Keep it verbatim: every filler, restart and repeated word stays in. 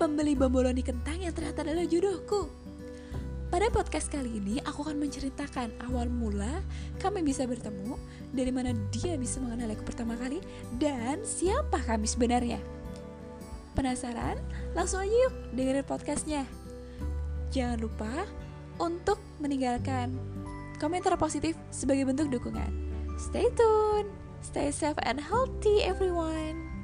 pembeli bomboloni kentang yang ternyata adalah jodohku. Pada podcast kali ini aku akan menceritakan awal mula kami bisa bertemu, dari mana dia bisa mengenal aku pertama kali, dan siapa kami sebenarnya. Penasaran? Langsung aja yuk dengerin podcastnya. Jangan lupa untuk meninggalkan komentar positif sebagai bentuk dukungan. Stay tuned, stay safe and healthy everyone.